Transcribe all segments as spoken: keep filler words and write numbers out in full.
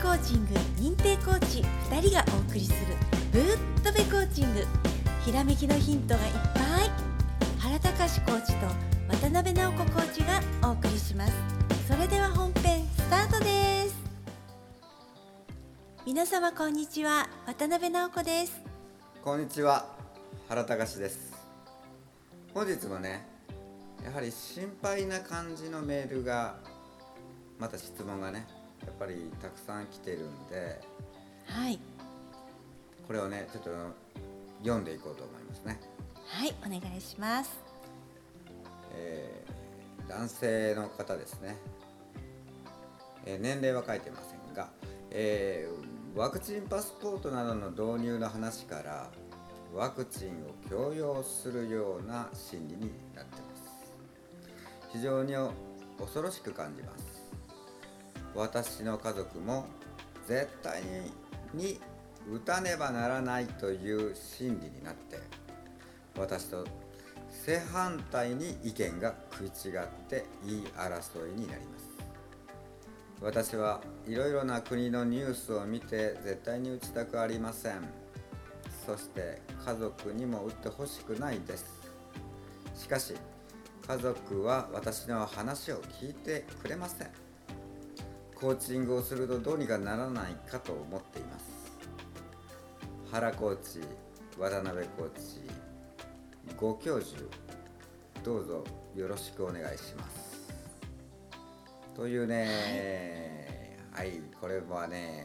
コーチング認定コーチふたりがお送りするぶっとべコーチング。ひらめきのヒントがいっぱい。原隆コーチと渡辺直子コーチがお送りします。それでは本編スタートです。皆様こんにちは、渡辺直子です。 こんにちは、原隆です。本日もね、やはり心配な感じのメールが、また質問がね、やっぱりたくさん来てるんで、 はい、 これをね、ちょっと読んでいこうと思いますね。 はい、お願いします。 えー、男性の方ですね、えー、年齢は書いてませんが、えー、ワクチンパスポートなどの導入の話からワクチンを強要するような心理になっています。非常に恐ろしく感じます。私の家族も絶対に打たねばならないという心理になって、私と正反対に意見が食い違って言い争いになります。私はいろいろな国のニュースを見て絶対に打ちたくありません。そして家族にも打ってほしくないです。しかし家族は私の話を聞いてくれません。コーチングをするとどうにかならないかと思っています。原コーチ、渡辺コーチ、ご教授、どうぞよろしくお願いします。というね、はい、はい、これはね、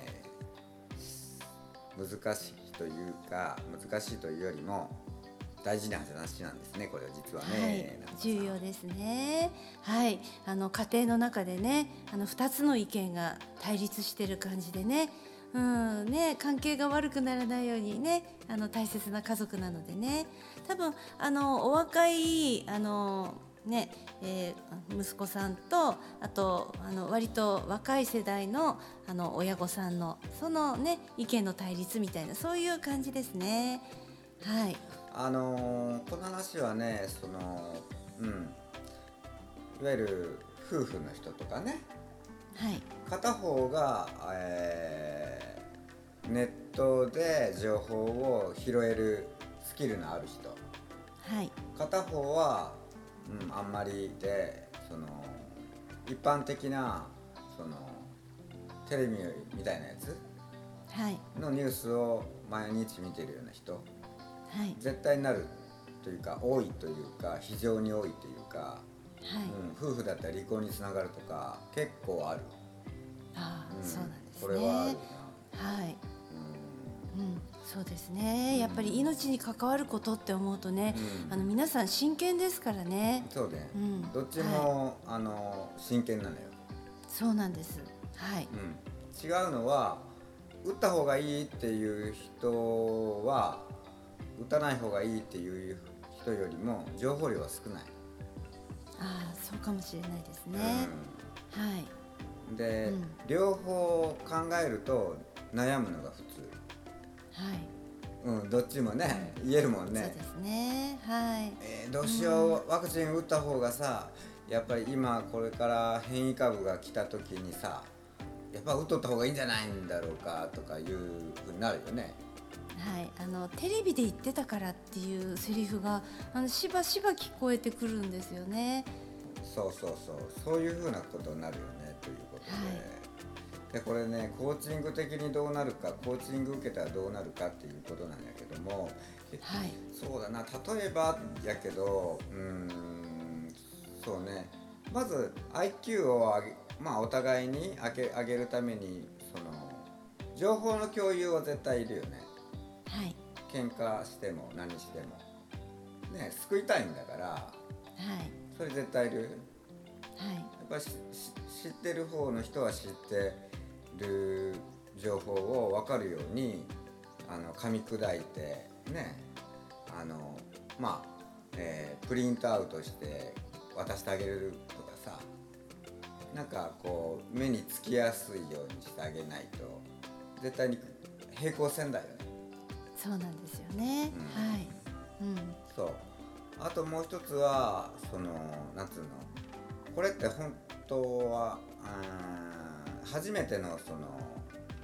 難しいというか、難しいというよりも大事な話なんですね、これは実はね、 はい、重要ですね。はい、あの家庭の中でね、あのふたつの意見が対立している感じでね、うんね、関係が悪くならないようにね、あの大切な家族なのでね、多分あのお若いあのね、えー、息子さんと、あとあの割と若い世代のあの親御さんのそのね意見の対立みたいな、そういう感じですね。はい。 あのー、この話はね、その、うん、いわゆる夫婦の人とかね、 はい、 片方が、えー、ネットで情報を拾えるスキルのある人、 はい、 片方は、うん、あんまりで、その一般的なそのテレビみたいなやつのニュースを毎日見てるような人、 はい、 絶対になるというか、多いというか、非常に多いというか、はい、うん、夫婦だったら離婚につながるとか結構ある。 ああ、うん、そうなんですね。 これはあるな。はい、うん、うん、そうですね。やっぱり命に関わることって思うとね、うん、あの皆さん真剣ですからね。 そうね、うん、どっちも、はい、あの真剣なのよ。 そうなんです。はい、 うん、違うのは打った方がいいっていう人は打たない方がいいっていう人よりも情報量は少ない。 ああ、そうかもしれないですね。うん、はい。 で、うん、両方考えると悩むのが普通。 はい。 うん、どっちもね、うん、言えるもんね。 そうですね。はい。 えー、どうしよう、うん、ワクチン打った方がさ、やっぱり今これから変異株が来た時にさ、やっぱ打っとった方がいいんじゃないんだろうかとかいうふうになるよね。 はい、あのテレビで言ってたからっていうセリフがあのしばしば聞こえてくるんですよね。 そうそうそう、そういうふうなことになるよねということで、はい、でこれね、コーチング的にどうなるか、コーチング受けたらどうなるかっていうことなんやけども、はい、そうだな、例えばやけど、うーん、そうね、まず アイキュー を上げ、まあ、お互いに上げ、上げるためにその情報の共有は絶対いるよね。 はい、 喧嘩しても何してもね、救いたいんだから、はい、それ絶対いる。はい、やっぱり知ってる方の人は知ってる情報を分かるようにあの噛み砕いてね、あのまあ、えー、プリントアウトして渡してあげるとかさ、なんかこう目につきやすいようにしてあげないと絶対に平行線だよね。 そうなんですよね。うん、はい、 うん、そう。あともう一つはそのなんつうの、これって本当は初めてのその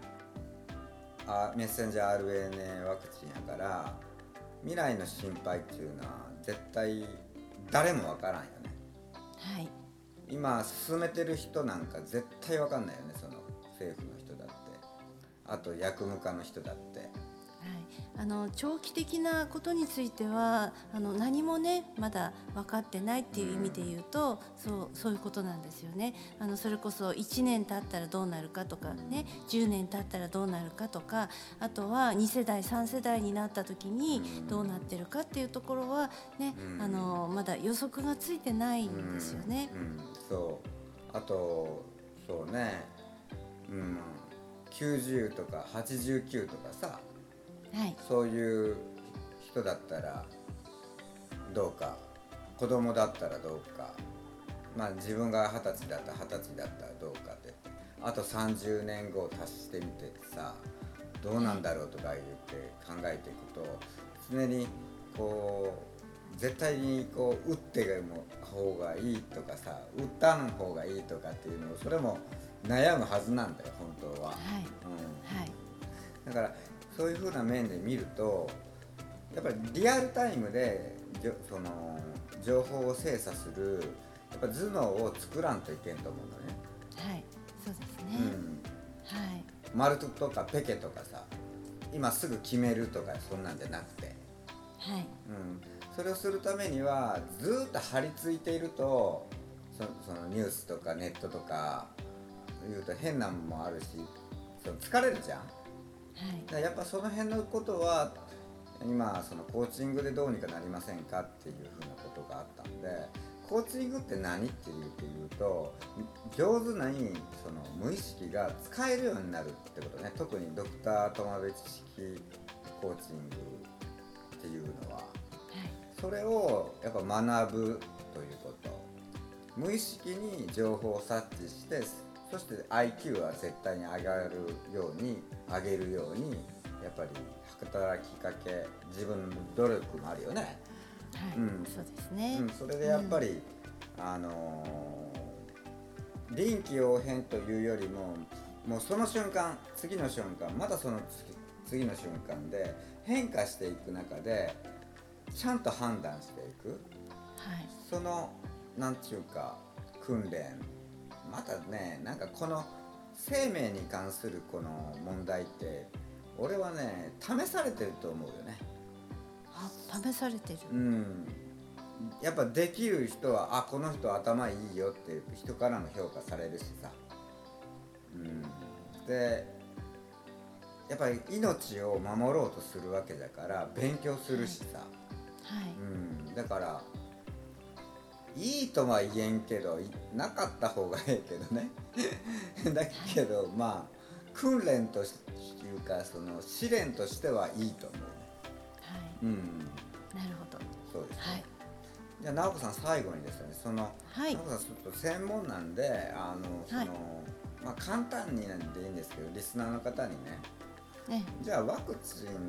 あメッセンジャー アールエヌエー ワクチンやから未来の心配っていうのは絶対誰もわからんよね。 はい。 今進めてる人なんか絶対わかんないよね。その政府の人だって、あと薬務課の人だって。 はい、あの長期的なことについてはあの何もねまだ分かってないっていう意味で言うと、うん、そうそういうことなんですよね。あのそれこそいちねん経ったらどうなるかとかね、じゅうねん経ったらどうなるかとか、あとはに世代さん世代になった時にどうなってるかっていうところはね、うん、あのまだ予測がついてないんですよね。 うんうん、そうあとそうね、うん、きゅうじゅうとかはちじゅうきゅうとかさ、 はい、 そういう人だったらどうか、子供だったらどうか、まあ自分が二十歳だったら二十歳だったらどうかって、あとさんじゅうねんごを足してみてさどうなんだろうとか言って考えていくと、常にこう絶対にこう打っても方がいいとかさ、打ったん方がいいとかっていうのをそれも悩むはずなんだよ本当は。 はい、 うんはい、 だからそういう風な面で見るとやっぱりリアルタイムでその情報を精査するやっぱ頭脳を作らんといけんと思うのね。 はい、そうですね。 うん、 はい。 マルトとかペケとかさ、今すぐ決めるとかそんなんじゃなくて、 はい、 うん、それをするためにはずっと張り付いていると そ, そのニュースとかネットとか言うと変なもんもあるし、その疲れるじゃん。はい、やっぱその辺のことは今そのコーチングでどうにかなりませんかっていうふうなことがあったんで、コーチングって何って言うと言うと上手にその無意識が使えるようになるってことね。特にドクター友部知識コーチングっていうのは、はい、それをやっぱ学ぶということ、無意識に情報を察知してそして アイキュー は絶対に上がるように上げるようにやっぱり働きかけ、自分の努力もあるよね。 はい、うん、そうですね。 うん、それでやっぱり、うん、あのー、臨機応変というよりももうその瞬間次の瞬間またその次の瞬間で変化していく中でちゃんと判断していく、 はい、 そのなんていうか訓練、またね、なんかこの生命に関するこの問題って俺はね試されてると思うよね。 あ、試されてる。 うん。やっぱできる人はあこの人頭いいよって人からも評価されるしさ。うん。でやっぱり命を守ろうとするわけだから勉強するしさ。はい。はい、うん。だからいいとは言えんけどなかった方がええけどね。だけど、はい、まあ訓練というかその試練としてはいいと思うね。 はい。 うん。 なるほど。 そうです、ね。 はい。 じゃあ直子さん最後にですね、その、 はい、 直子さんちょっと専門なんであのその、はい、まあ簡単になんでいいんですけどリスナーの方にね、ねじゃあワクチンの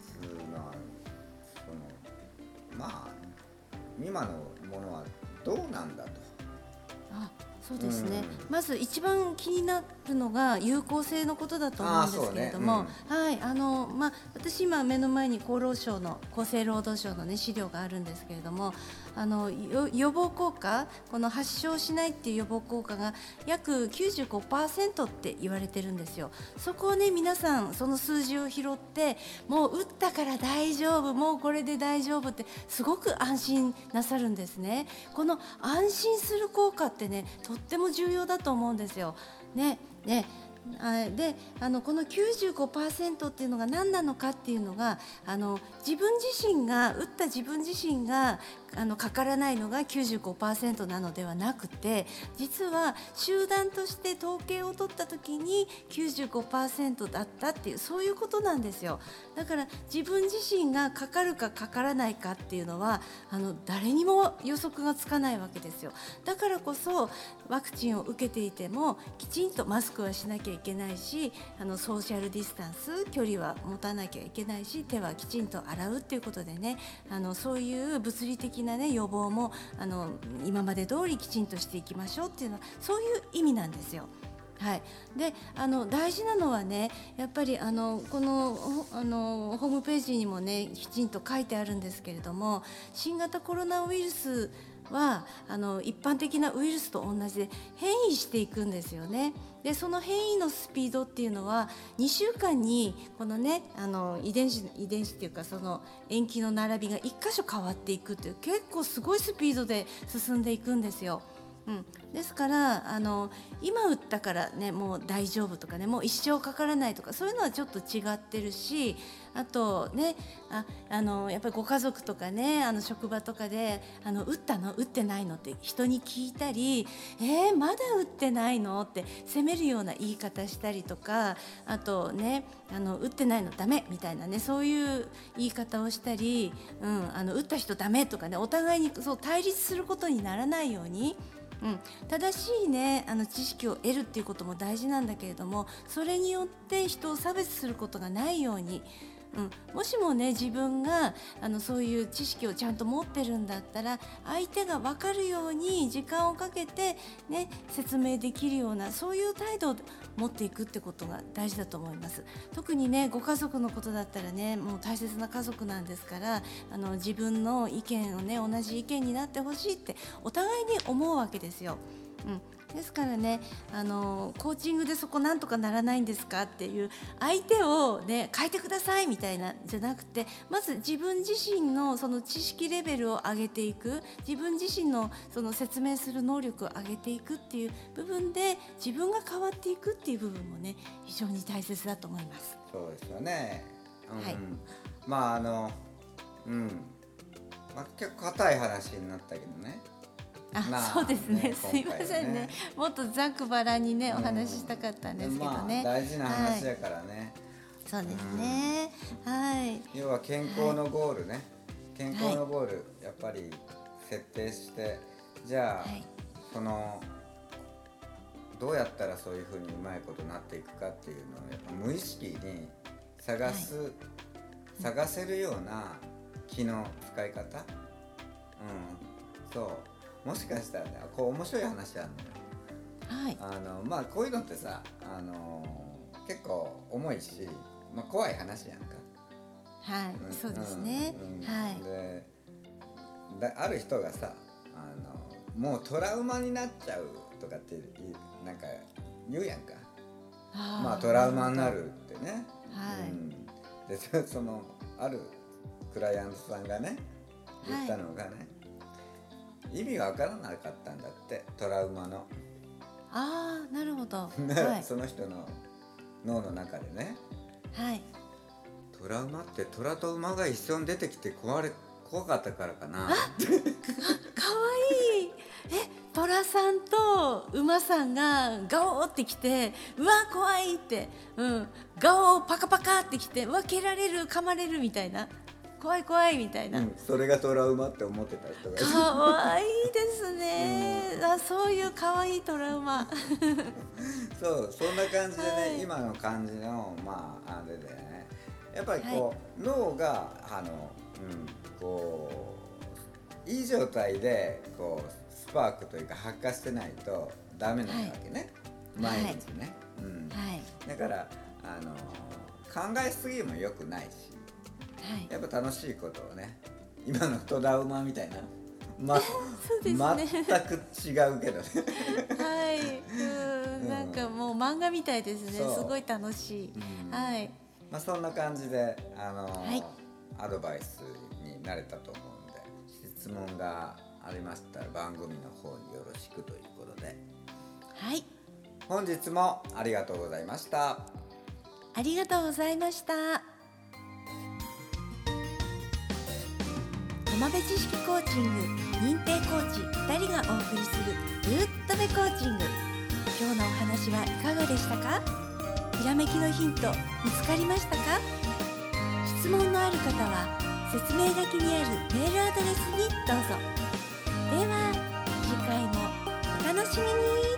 そのまあ今のものはどうなんだと。 あ、そうですね、うん、まず一番気になるのが有効性のことだと思うんですけれども、ねうんはいあのまあ、私今目の前に厚労省の厚生労働省の、ね、資料があるんですけれども、あの予防効果、この発症しないっていう予防効果が約 きゅうじゅうごパーセント って言われてるんですよ。そこをね皆さんその数字を拾ってもう打ったから大丈夫、もうこれで大丈夫ってすごく安心なさるんですね。この安心する効果ってねとっても重要だと思うんですよ。ねねであのこの きゅうじゅうごパーセント っていうのが何なのかっていうのが、あの自分自身が打った自分自身があのかからないのが きゅうじゅうごパーセント なのではなくて、実は集団として統計を取った時に きゅうじゅうごパーセント だったっていう、そういうことなんですよ。だから自分自身がかかるかかからないかっていうのはあの誰にも予測がつかないわけですよ。だからこそワクチンを受けていてもきちんとマスクはしなきゃいけないし、あのソーシャルディスタンス、距離は持たなきゃいけないし、手はきちんと洗うっていうことでね、あのそういう物理的な、ね、予防もあの今まで通りきちんとしていきましょうっていうのはそういう意味なんですよ。 はい、であの大事なのはね、やっぱりあのこのほあのホームページにもねきちんと書いてあるんですけれども、新型コロナウイルスはあの一般的なウイルスと同じで変異していくんですよね。でその変異のスピードっていうのはにしゅうかんにこのねあの遺伝子遺伝子っていうかその塩基の並びがいっ箇所変わっていくっていう結構すごいスピードで進んでいくんですよ。うん、ですからあの今打ったからねもう大丈夫とかねもう一生かからないとかそういうのはちょっと違ってるし、あとねああのやっぱりご家族とかねあの職場とかであの打ったの打ってないのって人に聞いたり、えー、まだ打ってないのって責めるような言い方したりとか、あとねあの打ってないのダメみたいなねそういう言い方をしたり、うん、あの打った人ダメとかねお互いにそう対立することにならないように、うん、正しい、ね、あの知識を得るっていうことも大事なんだけれども、それによって人を差別することがないように、うん、もしもね自分があのそういう知識をちゃんと持ってるんだったら相手が分かるように時間をかけて、ね、説明できるようなそういう態度を持っていくってことが大事だと思います。特にねご家族のことだったらねもう大切な家族なんですから、あの自分の意見をね同じ意見になってほしいってお互いに思うわけですよ。うん、ですからねあのコーチングでそこなんとかならないんですかっていう相手を、ね、変えてくださいみたいなじゃなくて、まず自分自身のその知識レベルを上げていく、自分自身のその説明する能力を上げていくっていう部分で自分が変わっていくっていう部分もね非常に大切だと思います。 そうですよね、うん、 はい、 まああのうんまあ、結構硬い話になったけどね。 あ、 まあ、 そうですね、 ねすいませんね、もっとざくばらにね、うん、お話ししたかったんですけどね、 まあ、大事な話だからね、 はい、そうですね、うん、はい、 要は健康のゴールね、はい、健康のゴール、はい、やっぱり設定してじゃあ、はい、そのどうやったらそういうふうにうまいことになっていくかっていうのをやっぱ無意識に探す、はい、探せるような気の使い方、うん、そうもしかしたらねこう面白い話あるのよ、はい、あのまあこういうのってさあの結構重いし、まあ、怖い話やんか。 はい、うん、そうですね、うん、はい、 でだある人がさあのもうトラウマになっちゃうとかってなんか言うやんか。あまあトラウマになるってね、はい、うん、でそのあるクライアントさんがね言ったのがね、はい、意味が分からなかったんだってトラウマの。 ああなるほど、はい、 その人の脳の中でね、 はい、 トラウマって虎と馬が一緒に出てきて怖れ怖かったからかな。 あかわいい。え虎さんと馬さんがガオーってきてうわ怖いって、うん、ガオーパカパカってきてうわ蹴られる噛まれるみたいな怖い怖いみたいな、うん、 それがトラウマって思ってた人がかわいいですね、うん、あそういうかわいいトラウマそうそんな感じでね、はい、今の感じのまああれでねやっぱりこう、はい、脳があの、うん、こういい状態でこうスパークというか発火してないとダメなわけね、はい、毎日ね、はいうんはい、だからあの考えすぎも良くないし、はい、やっぱ楽しいことをね今のトラウマみたいな、まそうですね、全く違うけどねはいうん、なんかもう漫画みたいですね、すごい楽しい、うん、はいまあ、そんな感じであの、はい、アドバイスになれたと思うんで質問がありましたら番組の方によろしくということで、 はい、 本日もありがとうございました。 ありがとうございました。浜辺知識コーチング認定コーチふたりがお送りするぶっとべコーチング、今日のお話はいかがでしたか？ひらめきのヒント見つかりましたか？質問のある方は説明書きにあるメールアドレスにどうぞ。では次回もお楽しみに。